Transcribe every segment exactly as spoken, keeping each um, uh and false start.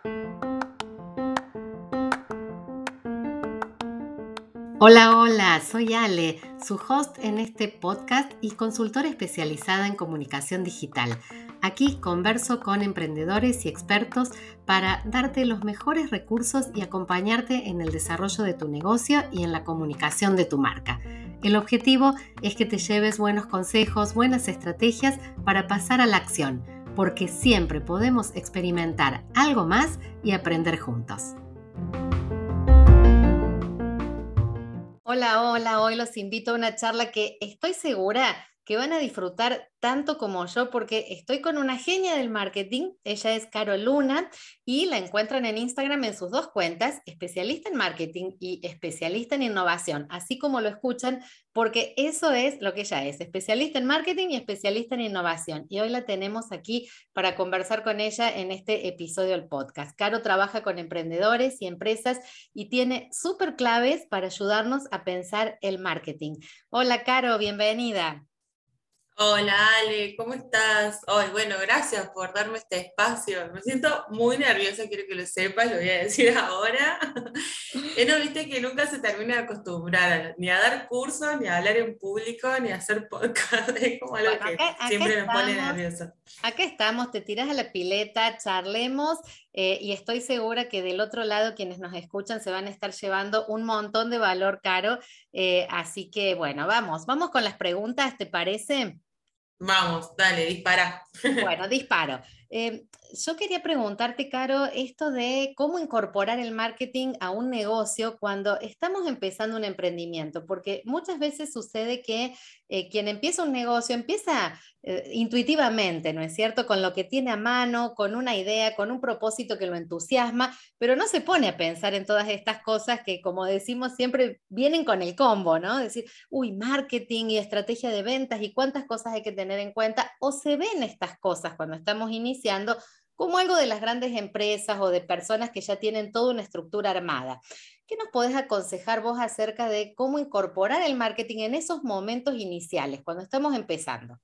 Hola, hola, soy Ale, su host en este podcast y consultora especializada en comunicación digital. Aquí converso con emprendedores y expertos para darte los mejores recursos y acompañarte en el desarrollo de tu negocio y en la comunicación de tu marca. El objetivo es que te lleves buenos consejos, buenas estrategias para pasar a la acción, porque siempre podemos experimentar algo más y aprender juntos. Hola, hola, hoy los invito a una charla que estoy segura que van a disfrutar tanto como yo porque estoy con una genia del marketing, ella es Caro Luna y la encuentran en Instagram en sus dos cuentas, especialista en marketing y especialista en innovación, así como lo escuchan, porque eso es lo que ella es, especialista en marketing y especialista en innovación. Y hoy la tenemos aquí para conversar con ella en este episodio del podcast. Caro trabaja con emprendedores y empresas y tiene súper claves para ayudarnos a pensar el marketing. Hola, Caro, bienvenida. Hola Ale, ¿cómo estás? Ay, bueno, gracias por darme este espacio. Me siento muy nerviosa, quiero que lo sepas, lo voy a decir ahora. Eh, no, viste que nunca se termina de acostumbrar ni a dar cursos, ni a hablar en público, ni a hacer podcast. Es como algo Bueno, que acá, acá siempre me pone estamos, nerviosa. acá estamos, te tiras a la pileta, charlemos eh, y estoy segura que del otro lado quienes nos escuchan se van a estar llevando un montón de valor, Caro. Eh, así que bueno, vamos, vamos con las preguntas, ¿te parece? Vamos, dale, dispara. Bueno, disparo. Eh, yo quería preguntarte, Caro, esto de cómo incorporar el marketing a un negocio cuando estamos empezando un emprendimiento, porque muchas veces sucede que eh, quien empieza un negocio empieza eh, intuitivamente, ¿no es cierto? Con lo que tiene a mano, con una idea, con un propósito que lo entusiasma, pero no se pone a pensar en todas estas cosas que, como decimos, siempre vienen con el combo, ¿no? Decir, uy, marketing y estrategia de ventas y cuántas cosas hay que tener en cuenta, o se ven estas cosas cuando estamos iniciando como algo de las grandes empresas o de personas que ya tienen toda una estructura armada. ¿Qué nos podés aconsejar vos acerca de cómo incorporar el marketing en esos momentos iniciales, cuando estamos empezando?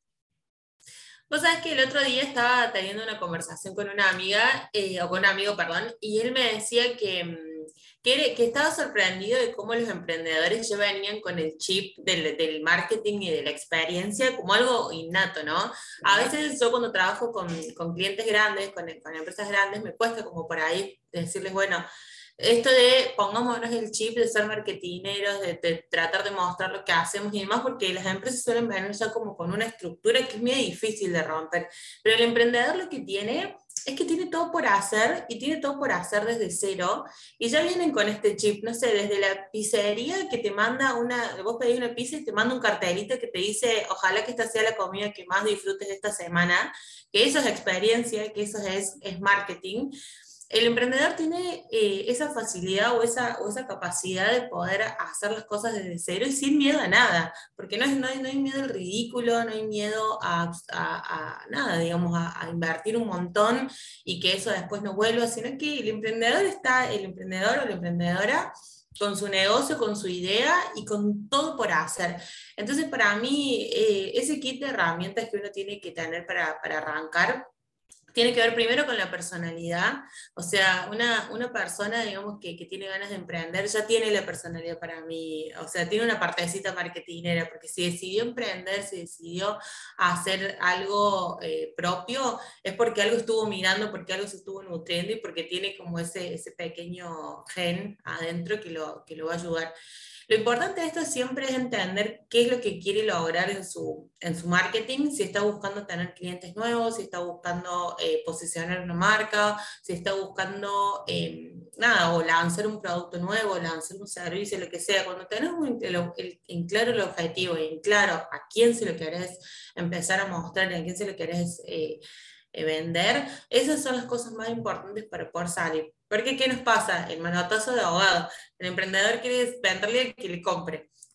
Vos sabés que el otro día estaba teniendo una conversación con una amiga, eh, o con un amigo, perdón, y él me decía que, mm, que, era- que estaba sorprendido de cómo los emprendedores ya venían con el chip del, del marketing y de la experiencia como algo innato, ¿no? A veces yo cuando trabajo con, con clientes grandes, con, con empresas grandes, me cuesta como por ahí decirles, bueno, esto de pongámonos el chip de ser marketineros, de, de tratar de mostrar lo que hacemos y demás, porque las empresas suelen venir ya como con una estructura que es muy difícil de romper. Pero el emprendedor lo que tiene es que tiene todo por hacer y tiene todo por hacer desde cero y ya vienen con este chip, no sé, desde la pizzería que te manda una, vos pedís una pizza y te manda un cartelito que te dice, ojalá que esta sea la comida que más disfrutes de esta semana, que eso es experiencia, que eso es, es marketing. El emprendedor tiene eh, esa facilidad o esa, o esa capacidad de poder hacer las cosas desde cero y sin miedo a nada, porque no, es, no, hay, no hay miedo al ridículo, no hay miedo a, a, a nada, digamos, a, a, invertir un montón y que eso después no vuelva, sino que el emprendedor está, el emprendedor o la emprendedora con su negocio, con su idea y con todo por hacer. Entonces, para mí, eh, ese kit de herramientas que uno tiene que tener para, para arrancar tiene que ver primero con la personalidad, o sea, una, una persona, digamos, que, que tiene ganas de emprender, ya tiene la personalidad para mí, o sea, tiene una partecita marketinera, porque si decidió emprender, si decidió hacer algo eh, propio, es porque algo estuvo mirando, porque algo se estuvo nutriendo y porque tiene como ese, ese pequeño gen adentro que lo, que lo va a ayudar. Lo importante de esto siempre es entender qué es lo que quiere lograr en su, en su marketing, si está buscando tener clientes nuevos, si está buscando eh, posicionar una marca, si está buscando, eh, nada, o lanzar un producto nuevo, lanzar un servicio, lo que sea. Cuando tenés un- el- el- en claro el objetivo y en claro a quién se lo querés empezar a mostrar, y a quién se lo querés eh, eh, vender, esas son las cosas más importantes para poder salir. Porque, ¿qué nos pasa? El manotazo de ahogado. El emprendedor quiere venderle al que le compre.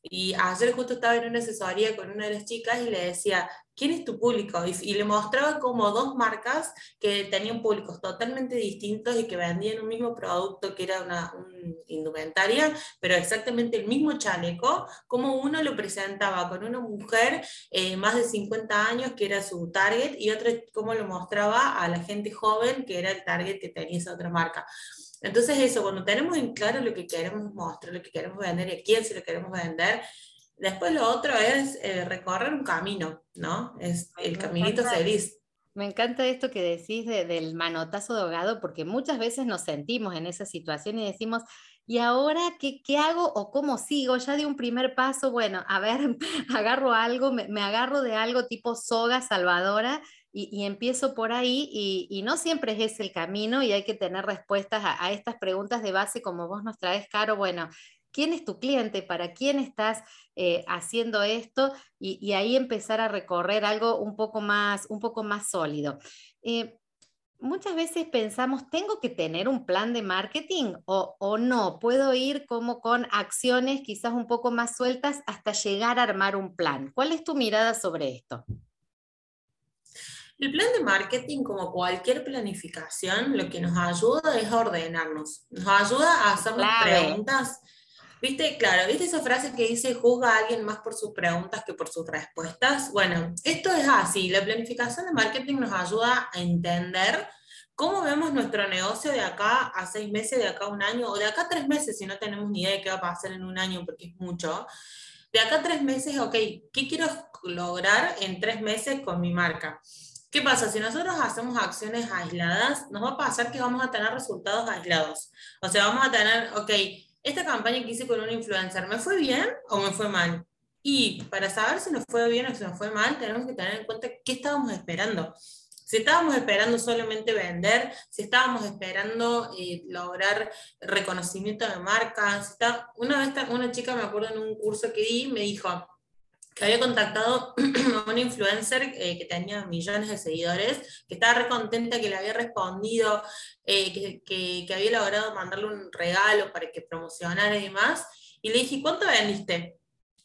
Y ayer justo estaba en una asesoría con una de las chicas y le decía, ¿quién es tu público? Y, y le mostraba como dos marcas que tenían públicos totalmente distintos y que vendían un mismo producto que era una un indumentaria, pero exactamente el mismo chaleco, como uno lo presentaba con una mujer eh, más de cincuenta años, que era su target, y otro como lo mostraba a la gente joven, que era el target que tenía esa otra marca. Entonces eso, cuando tenemos en claro lo que queremos mostrar, lo que queremos vender y a quién se lo queremos vender, después lo otro es eh, recorrer un camino, ¿no? Es Me, el me caminito encanta. feliz. Me encanta esto que decís de- del manotazo de ahogado, porque muchas veces nos sentimos en esa situación y decimos, ¿y ahora qué, qué hago o cómo sigo? Ya di un primer paso, bueno, a ver, agarro algo, me, me agarro de algo tipo soga salvadora y, y empiezo por ahí y, y no siempre es ese el camino y hay que tener respuestas a, a estas preguntas de base como vos nos traes, Caro. Bueno, ¿quién es tu cliente? ¿Para quién estás eh, haciendo esto? Y, y ahí empezar a recorrer algo un poco más, un poco más sólido. Eh, Muchas veces pensamos, ¿tengo que tener un plan de marketing o, o no? ¿Puedo ir como con acciones quizás un poco más sueltas hasta llegar a armar un plan? ¿Cuál es tu mirada sobre esto? El plan de marketing, como cualquier planificación, lo que nos ayuda es a ordenarnos. Nos ayuda a hacernos Clave. preguntas. ¿Viste? Claro, ¿viste esa frase que dice juzga a alguien más por sus preguntas que por sus respuestas? Bueno, esto es así. La planificación de marketing nos ayuda a entender cómo vemos nuestro negocio de acá a seis meses, de acá a un año, o de acá a tres meses, si no tenemos ni idea de qué va a pasar en un año, porque es mucho. De acá a tres meses, ok, ¿qué quiero lograr en tres meses con mi marca? ¿Qué pasa? Si nosotros hacemos acciones aisladas, nos va a pasar que vamos a tener resultados aislados. O sea, vamos a tener, ok, esta campaña que hice con un influencer, ¿me fue bien o me fue mal? Y para saber si nos fue bien o si nos fue mal, tenemos que tener en cuenta qué estábamos esperando. Si estábamos esperando solamente vender, si estábamos esperando eh, lograr reconocimiento de marcas. Está, una vez una chica, me acuerdo en un curso que di, me dijo que había contactado a una influencer eh, que tenía millones de seguidores, que estaba re contenta, que le había respondido, eh, que, que, que había logrado mandarle un regalo para que promocionara y demás. Y le dije, ¿cuánto vendiste?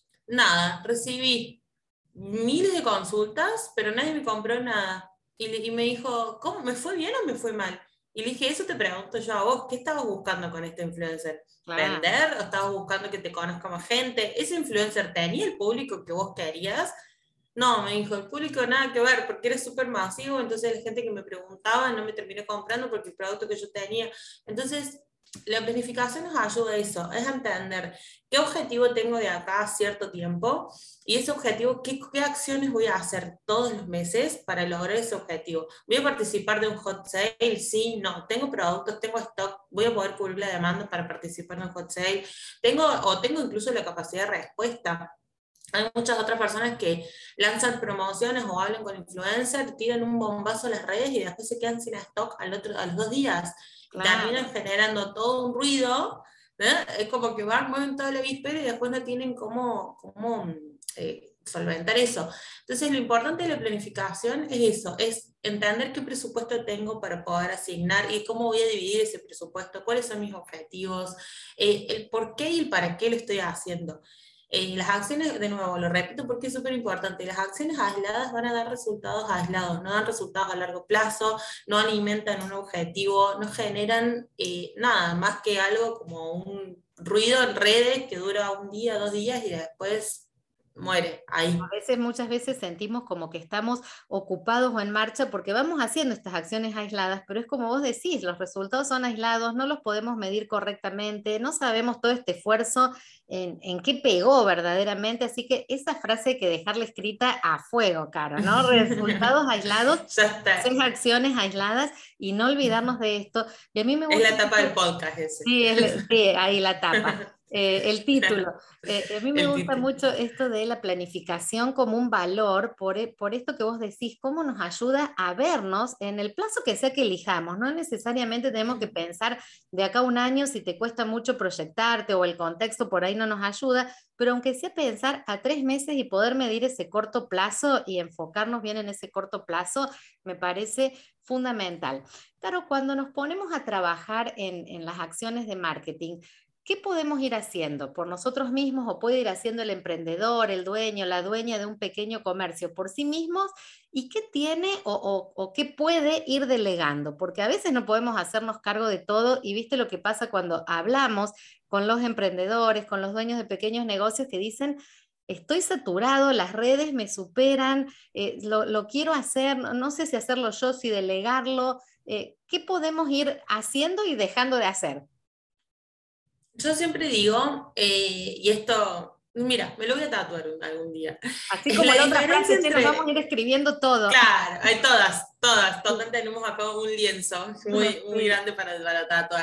Nada, recibí miles de consultas, pero nadie me compró nada. Y, le- y me dijo, ¿cómo? ¿Me fue bien o me fue mal? Y le dije, eso te pregunto yo a vos, ¿qué estabas buscando con este influencer? Claro. ¿Vender o estabas buscando que te conozca más gente? ¿Ese influencer tenía el público que vos querías? No, me dijo, el público nada que ver, porque era súper masivo, entonces la gente que me preguntaba no me terminé comprando porque el producto que yo tenía. Entonces, la planificación nos ayuda a eso, es entender qué objetivo tengo de acá a cierto tiempo y ese objetivo, ¿qué, qué acciones voy a hacer todos los meses para lograr ese objetivo? ¿Voy a participar de un hot sale? Sí, no. ¿Tengo productos? ¿Tengo stock? ¿Voy a poder cubrir la demanda para participar en un hot sale? ¿Tengo, o tengo incluso la capacidad de respuesta? Hay muchas otras personas que lanzan promociones o hablan con influencers, tiran un bombazo a las redes y después se quedan sin stock al otro, a los dos días y terminan Claro. generando todo un ruido. ¿Eh? Es como que van, mueven todo el avispero y después no tienen cómo, cómo eh, solventar eso. Entonces, lo importante de la planificación es eso, es entender qué presupuesto tengo para poder asignar y cómo voy a dividir ese presupuesto, cuáles son mis objetivos, eh, el por qué y el para qué lo estoy haciendo. Eh, las acciones, de nuevo, lo repito porque es súper importante, las acciones aisladas van a dar resultados aislados, no dan resultados a largo plazo, no alimentan un objetivo, no generan eh, nada más que algo como un ruido en redes que dura un día, dos días y después muere A ahí. veces, muchas veces sentimos como que estamos ocupados o en marcha porque vamos haciendo estas acciones aisladas, pero es como vos decís, los resultados son aislados, no los podemos medir correctamente, no sabemos todo este esfuerzo en, en qué pegó verdaderamente, así que esa frase hay que dejarla escrita a fuego, Caro, ¿no? Resultados aislados, Ya está. hacer acciones aisladas y no olvidarnos de esto. Y a mí me Es gusta la tapa del mucho, podcast ese. sí, es- sí, ahí la tapa. Eh, el título. Eh, a mí me El gusta título. mucho esto de la planificación como un valor, por, e- por esto que vos decís, cómo nos ayuda a vernos en el plazo que sea que elijamos. No necesariamente tenemos que pensar de acá a un año si te cuesta mucho proyectarte o el contexto por ahí no nos ayuda, pero aunque sea pensar a tres meses y poder medir ese corto plazo y enfocarnos bien en ese corto plazo, me parece fundamental. Claro, cuando nos ponemos a trabajar en, en las acciones de marketing, ¿qué podemos ir haciendo por nosotros mismos o puede ir haciendo el emprendedor, el dueño, la dueña de un pequeño comercio por sí mismos? ¿Y qué tiene o, o, o qué puede ir delegando? Porque a veces no podemos hacernos cargo de todo y viste lo que pasa cuando hablamos con los emprendedores, con los dueños de pequeños negocios que dicen, estoy saturado, las redes me superan, eh, lo, lo, quiero hacer, no, no sé si hacerlo yo, si delegarlo. Eh, ¿Qué podemos ir haciendo y dejando de hacer? Yo siempre digo, eh, y esto, mira, me lo voy a tatuar algún día. Así Eh, como la la otra diferencia frase, che, nos vamos a entre, ir escribiendo todo. claro, hay todas, todas, total tenemos acá un lienzo muy, muy Sí. grande para, para tatuar.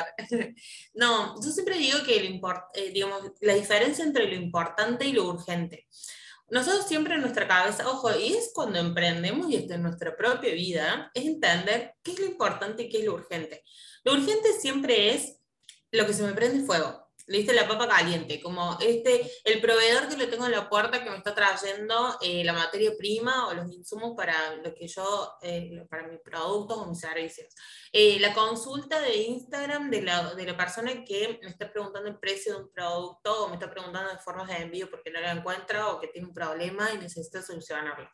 No, yo siempre digo que lo import, eh, digamos, la diferencia entre lo importante y lo urgente. Nosotros siempre en nuestra cabeza, ojo, y es cuando emprendemos y esto en nuestra propia vida, es entender qué es lo importante y qué es lo urgente. Lo urgente siempre es lo que se me prende fuego. Le diste la papa caliente, como este, el proveedor que lo tengo en la puerta que me está trayendo eh, la materia prima o los insumos para lo que yo, eh, para mis productos o mis servicios. Eh, la consulta de Instagram de la, de la persona que me está preguntando el precio de un producto o me está preguntando de formas de envío porque no lo encuentra o que tiene un problema y necesita solucionarlo.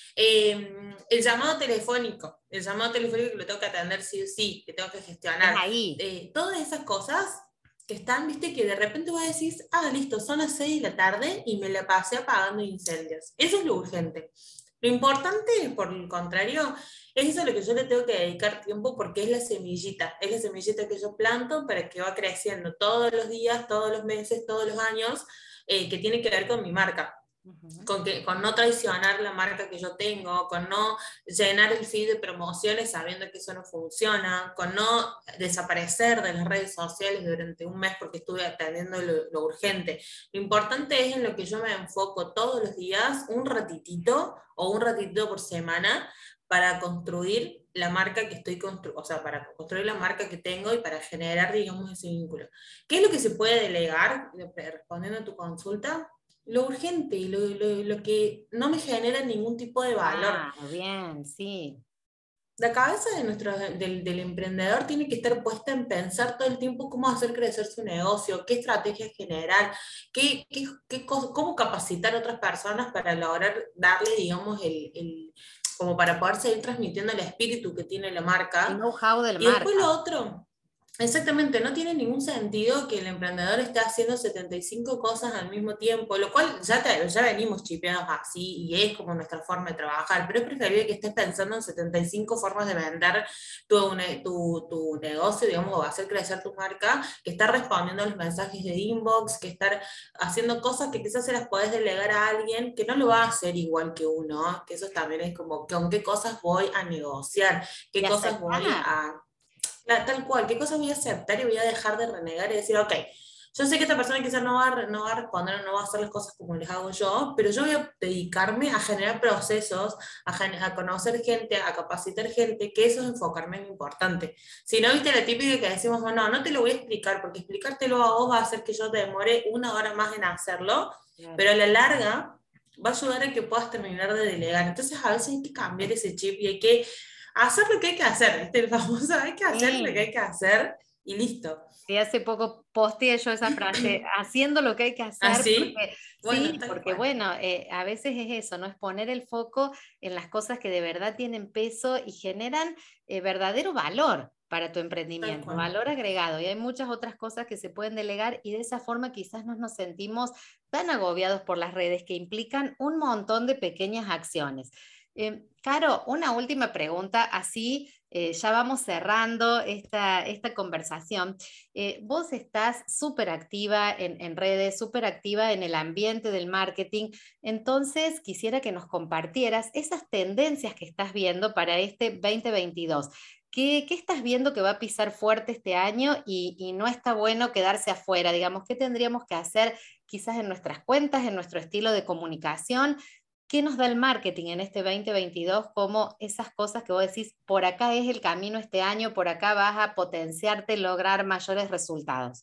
Eh, el llamado telefónico, el llamado telefónico que lo tengo que atender sí o sí, que tengo que Es gestionar. ahí. Eh, todas esas cosas que están, viste, que de repente vos decís, ah, listo, son las seis de la tarde y me la pasé apagando incendios. Eso es lo urgente. Lo importante, por el contrario, es eso a lo que yo le tengo que dedicar tiempo porque es la semillita, es la semillita que yo planto para que va creciendo todos los días, todos los meses, todos los años, eh, que tiene que ver con mi marca. Uh-huh. Con, que, con no traicionar la marca que yo tengo, con no llenar el feed de promociones sabiendo que eso no funciona, con no desaparecer de las redes sociales durante un mes porque estuve atendiendo lo, lo urgente. Lo importante es en lo que yo me enfoco todos los días, un ratitito o un ratitito por semana para construir la marca que estoy construyendo, o sea, para construir la marca que tengo y para generar, digamos, ese vínculo. ¿Qué es lo que se puede delegar? Respondiendo a tu consulta, lo urgente y lo, lo, lo, que no me genera ningún tipo de valor. Ah, bien, sí. La cabeza de nuestro, del, del emprendedor tiene que estar puesta en pensar todo el tiempo cómo hacer crecer su negocio, qué estrategia generar, qué, qué, qué, cómo capacitar a otras personas para lograr darle, digamos, el, el, como para poder seguir transmitiendo el espíritu que tiene la marca. El know-how del Y después lo marca. otro, exactamente, no tiene ningún sentido que el emprendedor esté haciendo setenta y cinco cosas al mismo tiempo, lo cual ya, te, ya venimos chipeados así y es como nuestra forma de trabajar, pero es preferible que estés pensando en setenta y cinco formas de vender tu, tu, tu negocio, digamos, o hacer crecer tu marca, que estar respondiendo a los mensajes de inbox, que estar haciendo cosas que quizás se las podés delegar a alguien que no lo va a hacer igual que uno, que eso también es como, con qué cosas voy a negociar, qué Y cosas voy aceptar. a tal cual, qué cosas voy a aceptar y voy a dejar de renegar y decir, ok, yo sé que esta persona quizás no va, a, no va a responder, no va a hacer las cosas como les hago yo, pero yo voy a dedicarme a generar procesos, a, a conocer gente, a capacitar gente, que eso es enfocarme en lo importante. Si no, viste la típica que decimos, no, no te lo voy a explicar, porque explicártelo a vos va a hacer que yo te demore una hora más en hacerlo, claro. Pero a la larga va a ayudar a que puedas terminar de delegar. Entonces a veces hay que cambiar ese chip y hay que hacer lo que hay que hacer, ¿viste? El famoso, hay que hacer sí. lo que hay que hacer y listo. Y hace poco posteé yo esa frase, haciendo lo que hay que hacer. ¿Ah, sí? Porque, bueno, sí, porque cual. bueno, eh, a veces es eso, ¿no? Es poner el foco en las cosas que de verdad tienen peso y generan eh, verdadero valor para tu emprendimiento, valor agregado. Y hay muchas otras cosas que se pueden delegar y de esa forma quizás no nos sentimos tan agobiados por las redes que implican un montón de pequeñas acciones. Eh, Caro, una última pregunta, así eh, ya vamos cerrando esta, esta conversación. Eh, vos estás súper activa en, en redes, súper activa en el ambiente del marketing, entonces quisiera que nos compartieras esas tendencias que estás viendo para este veinte veintidós. ¿Qué, ¿Qué estás viendo que va a pisar fuerte este año y, y no está bueno quedarse afuera? Digamos, ¿qué tendríamos que hacer quizás en nuestras cuentas, en nuestro estilo de comunicación? ¿Qué nos da el marketing en este veinte veintidós como esas cosas que vos decís, por acá es el camino este año, por acá vas a potenciarte, lograr mayores resultados?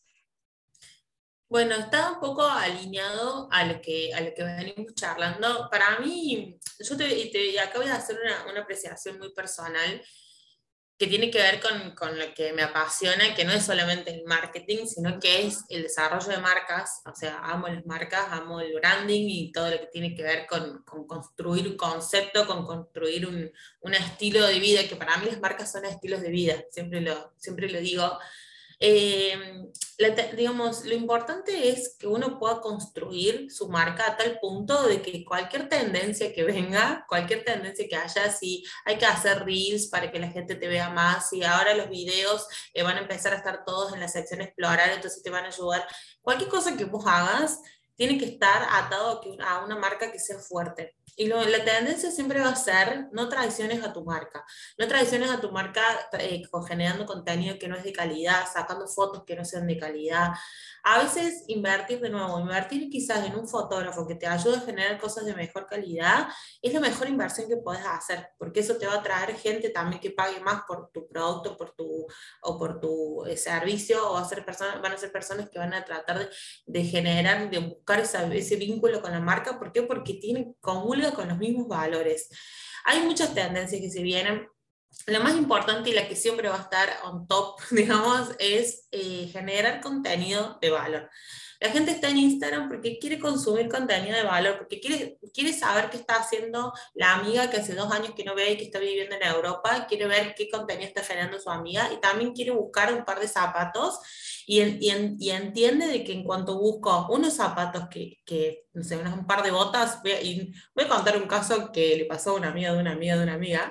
Bueno, está un poco alineado a lo que, a lo que venimos charlando. Para mí, yo te, te acabo de hacer una, una apreciación muy personal. que tiene que ver con, con lo que me apasiona, que no es solamente el marketing, sino que es el desarrollo de marcas. O sea, amo las marcas, amo el branding y todo lo que tiene que ver con, con construir un concepto, con construir un, un estilo de vida, que para mí las marcas son estilos de vida, siempre lo, siempre lo digo. Eh, la, digamos, lo importante es que uno pueda construir su marca a tal punto de que cualquier tendencia que venga, cualquier tendencia que haya, si hay que hacer reels para que la gente te vea más, si ahora los videos eh, van a empezar a estar todos en la sección explorar, entonces te van a ayudar, cualquier cosa que vos hagas tiene que estar atado a una marca que sea fuerte. Y lo, la tendencia siempre va a ser, no traiciones a tu marca, no traiciones a tu marca eh, generando contenido que no es de calidad, sacando fotos que no sean de calidad. A veces invertir de nuevo, invertir quizás en un fotógrafo que te ayude a generar cosas de mejor calidad, es la mejor inversión que puedes hacer, porque eso te va a traer gente también que pague más por tu producto por tu, o por tu eh, servicio, o va a ser personas, van a ser personas que van a tratar de, de generar, de buscar esa, ese vínculo con la marca. ¿Por qué? Porque tiene, comulga con los mismos valores. Hay muchas tendencias que se vienen. Lo más importante y la que siempre va a estar on top, digamos, es eh, generar contenido de valor. La gente está en Instagram porque quiere consumir contenido de valor, porque quiere, quiere saber qué está haciendo la amiga que hace dos años que no ve y que está viviendo en Europa, quiere ver qué contenido está generando su amiga y también quiere buscar un par de zapatos y, y, y entiende de que en cuanto busco unos zapatos que, que no sé, un par de botas, voy a, y voy a contar un caso que le pasó a una amiga de una amiga de una amiga,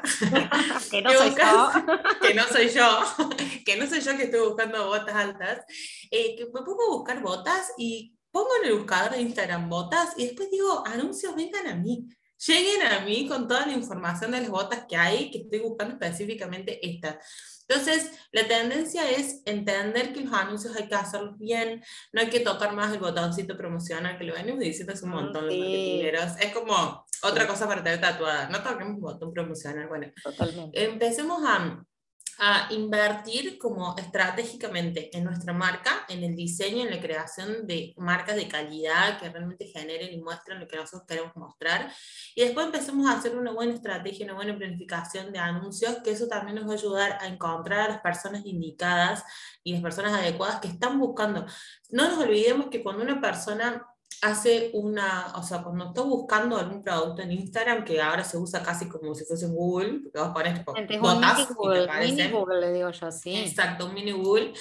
Que no soy yo. que no soy yo, que no soy yo que estoy buscando botas altas, eh, que me pongo a buscar botas y pongo en el buscador de Instagram botas y después digo, anuncios, vengan a mí. Lleguen a mí con toda la información de las botas que hay, que estoy buscando específicamente estas. Entonces, la tendencia es entender que los anuncios hay que hacerlos bien, no hay que tocar más el botoncito promocional, que lo venimos diciendo hace un Mm, montón los sí, marketineros. Es como otra sí, cosa para tener tatuada, no toquemos el botón promocional. Bueno, totalmente. empecemos a, a invertir como estratégicamente en nuestra marca, en el diseño, en la creación de marcas de calidad que realmente generen y muestren lo que nosotros queremos mostrar. Y después empecemos a hacer una buena estrategia, una buena planificación de anuncios, que eso también nos va a ayudar a encontrar a las personas indicadas y las personas adecuadas que están buscando. No nos olvidemos que cuando una persona hace una, o sea, cuando está buscando algún producto en Instagram, que ahora se usa casi como si fuese en Google, porque vos pones tipo Es un mini botas y te Google, mini aparecen, Google le digo yo, sí. exacto, un mini Google,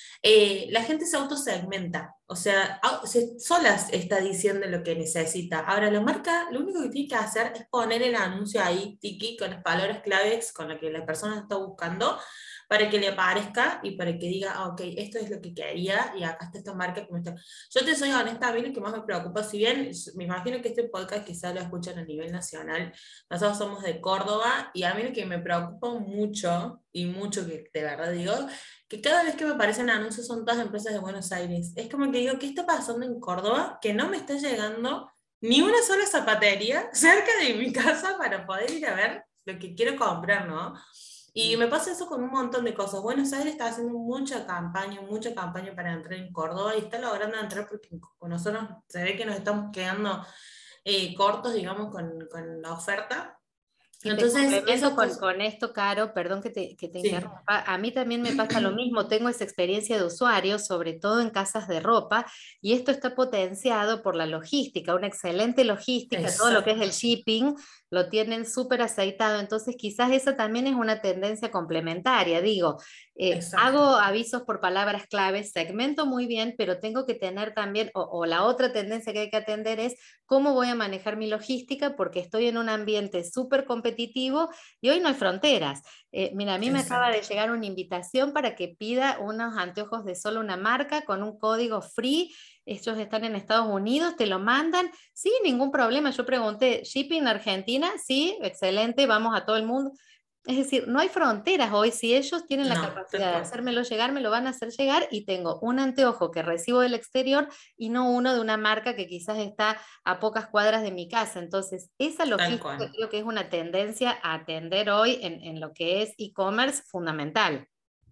eh, la gente se autosegmenta, o sea, au- se, solas está diciendo lo que necesita. Ahora, la marca lo único que tiene que hacer es poner el anuncio ahí, tiki, con las palabras claves con las que la persona está buscando, para que le aparezca y para que diga, ah, ok, esto es lo que quería y acá está esta marca que me está... Yo te soy honesta, a mí lo que más me preocupa, si bien me imagino que este podcast quizá lo escuchan a nivel nacional, nosotros somos de Córdoba y a mí lo que me preocupa mucho, y mucho que de verdad digo, que cada vez que me aparecen anuncios son todas empresas de Buenos Aires. Es como que digo, ¿qué está pasando en Córdoba? Que no me está llegando ni una sola zapatería cerca de mi casa para poder ir a ver lo que quiero comprar, ¿no? Y me pasa eso con un montón de cosas. Buenos Aires está haciendo mucha campaña, mucha campaña para entrar en Córdoba y está logrando entrar porque con nosotros se ve que nos estamos quedando eh, cortos, digamos, con, con la oferta. Y te Entonces, complemento esas con, cosas, con esto, Caro, perdón que te, que te sí. interrumpa. A mí también me pasa lo mismo, tengo esa experiencia de usuario, sobre todo en casas de ropa, y esto está potenciado por la logística, una excelente logística, todo lo que es el Exacto, shipping lo tienen súper aceitado, entonces quizás esa también es una tendencia complementaria, digo, eh, hago exacto. avisos por palabras claves, segmento muy bien, pero tengo que tener también, o, o la otra tendencia que hay que atender es cómo voy a manejar mi logística porque estoy en un ambiente súper competitivo y hoy no hay fronteras. Eh, mira, a mí me acaba Exacto. de llegar una invitación para que pida unos anteojos de solo una marca con un código free. Ellos están en Estados Unidos, te lo mandan, sí, ningún problema. Yo pregunté, ¿shipping Argentina? Sí, excelente, vamos a todo el mundo. Es decir, no hay fronteras hoy. Si ellos tienen la No, tal capacidad de cual. hacérmelo llegar, me lo van a hacer llegar y tengo un anteojo que recibo del exterior y no uno de una marca que quizás está a pocas cuadras de mi casa. Entonces, esa Tal logística cual. creo que es una tendencia a atender hoy en, en lo que es e-commerce fundamental.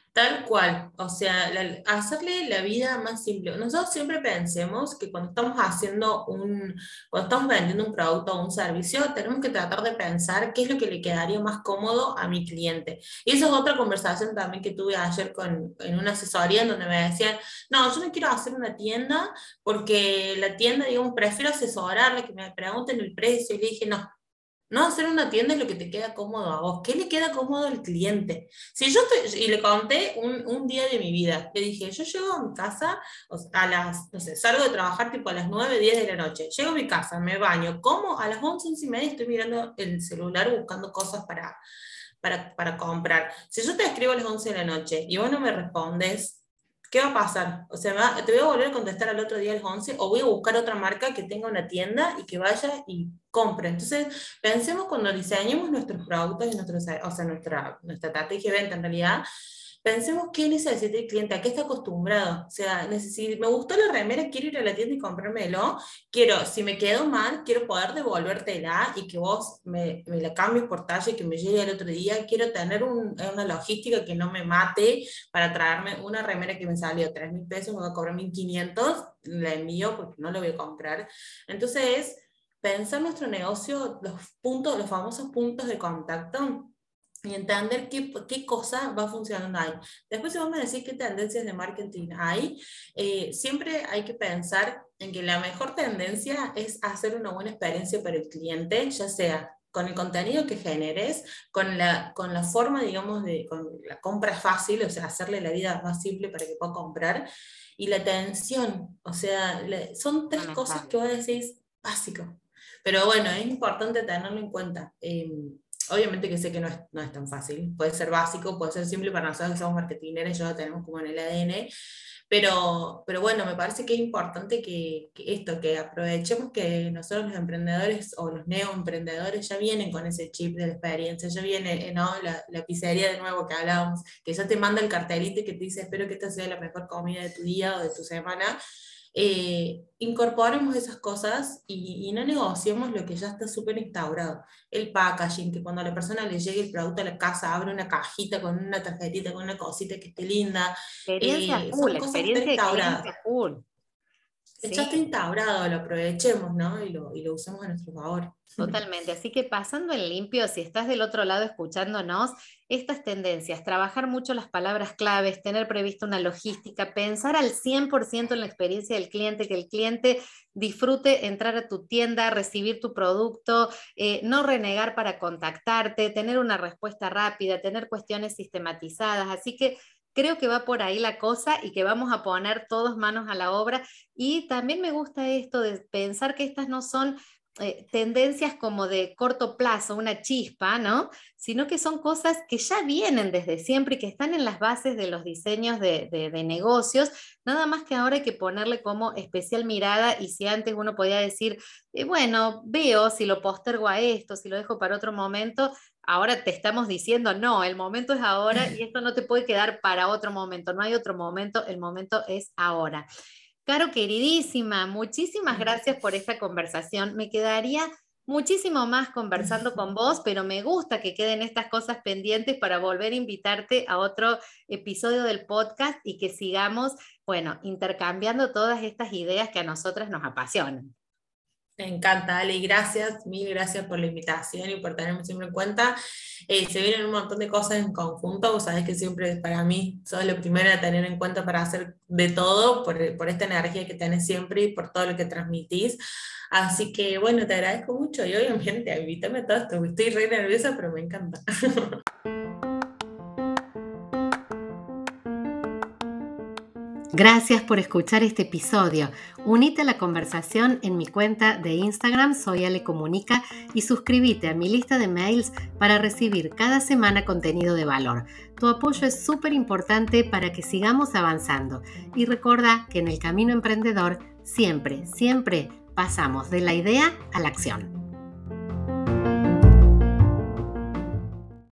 Tal cual, o sea, la- hacerle la vida más simple. Nosotros siempre pensemos que cuando estamos haciendo un, cuando estamos vendiendo un producto o un servicio, tenemos que tratar de pensar qué es lo que le quedaría más cómodo a mi cliente. Y esa es otra conversación también que tuve ayer con, en una asesoría en donde me decían, no, yo no quiero hacer una tienda porque la tienda, digamos, prefiero asesorarla, que me pregunten el precio. Y le dije, no. No, hacer una tienda es lo que te queda cómodo a vos. ¿Qué le queda cómodo al cliente? Si yo estoy, y le conté un, un día de mi vida, le dije, yo llego a mi casa o sea, a las, no sé, salgo de trabajar tipo a las nueve diez de la noche, llego a mi casa, me baño, como a las once once y media estoy mirando el celular buscando cosas para, para, para comprar. Si yo te escribo a las once de la noche y vos no me respondes, ¿qué va a pasar? O sea, va- te voy a volver a contestar al otro día a las once o voy a buscar otra marca que tenga una tienda y que vaya y compre. Entonces, pensemos cuando diseñemos nuestros productos y nuestros, o sea, nuestra, nuestra estrategia de venta en realidad, pensemos qué necesita el cliente, a qué está acostumbrado. O sea, necesi- me gustó la remera, quiero ir a la tienda y comprármelo. Quiero, si me quedo mal, quiero poder devolvértela y que vos me, me la cambies por talla y que me llegue al otro día. Quiero tener un- una logística que no me mate para traerme una remera que me salió tres mil pesos, me va a cobrar mil quinientos, la envío porque no la voy a comprar. Entonces, pensar nuestro negocio, los puntos, los famosos puntos de contacto y entender qué, qué cosa va funcionando ahí. Después, si vos me decís qué tendencias de marketing hay, eh, siempre hay que pensar en que la mejor tendencia es hacer una buena experiencia para el cliente, ya sea con el contenido que generes, con la, con la forma, digamos, de con la compra fácil, o sea, hacerle la vida más simple para que pueda comprar, y la atención, o sea, le- son tres cosas Fundamental. que vos decís básico. Pero bueno, es importante tenerlo en cuenta. Eh, Obviamente que sé que no es, no es tan fácil, puede ser básico, puede ser simple para nosotros que somos marketineros, ya lo tenemos como en el A D N, pero, pero bueno, me parece que es importante que, que esto, que aprovechemos que nosotros los emprendedores o los neoemprendedores ya vienen con ese chip de la experiencia, ya viene, eh, ¿no? La, la pizzería de nuevo que hablábamos, que ya te manda el cartelito y que te dice, espero que esta sea la mejor comida de tu día o de tu semana. Eh, incorporemos esas cosas y, y no negociemos lo que ya está súper instaurado. El packaging, que cuando a la persona le llegue el producto a la casa, abre una cajita con una tarjetita, con una cosita que esté linda. Experiencia Eh, full, son cosas que están experiencia de cliente instauradas. full. Ya está Sí. instaurado, lo aprovechemos, ¿no? Y lo, y lo usemos a nuestro favor. Totalmente. Así que pasando en limpio, si estás del otro lado escuchándonos, estas tendencias, trabajar mucho las palabras claves, tener prevista una logística, pensar al cien por ciento en la experiencia del cliente, que el cliente disfrute entrar a tu tienda, recibir tu producto, eh, no renegar para contactarte, tener una respuesta rápida, tener cuestiones sistematizadas. Así que creo que va por ahí la cosa y que vamos a poner todos manos a la obra. Y también me gusta esto de pensar que estas no son eh, tendencias como de corto plazo, una chispa, ¿no? Sino que son cosas que ya vienen desde siempre y que están en las bases de los diseños de, de, de negocios, nada más que ahora hay que ponerle como especial mirada y si antes uno podía decir, eh, bueno, veo si lo postergo a esto, si lo dejo para otro momento, ahora te estamos diciendo, no, el momento es ahora y esto no te puede quedar para otro momento, no hay otro momento, el momento es ahora. Caro, queridísima, muchísimas gracias por esta conversación. Me quedaría muchísimo más conversando con vos, pero me gusta que queden estas cosas pendientes para volver a invitarte a otro episodio del podcast y que sigamos, bueno, intercambiando todas estas ideas que a nosotras nos apasionan. Me encanta, Ale, y gracias, mil gracias por la invitación y por tenerme siempre en cuenta. Eh, se vienen un montón de cosas en conjunto, vos sabés que siempre para mí sos lo primero a tener en cuenta para hacer de todo, por, por esta energía que tenés siempre y por todo lo que transmitís. Así que bueno, te agradezco mucho y obviamente invítame a todo esto, estoy re nerviosa, pero me encanta. Gracias por escuchar este episodio. Unite a la conversación en mi cuenta de Instagram, Soy Ale Comunica, y suscríbete a mi lista de mails para recibir cada semana contenido de valor. Tu apoyo es súper importante para que sigamos avanzando. Y recuerda que en el camino emprendedor siempre, siempre pasamos de la idea a la acción.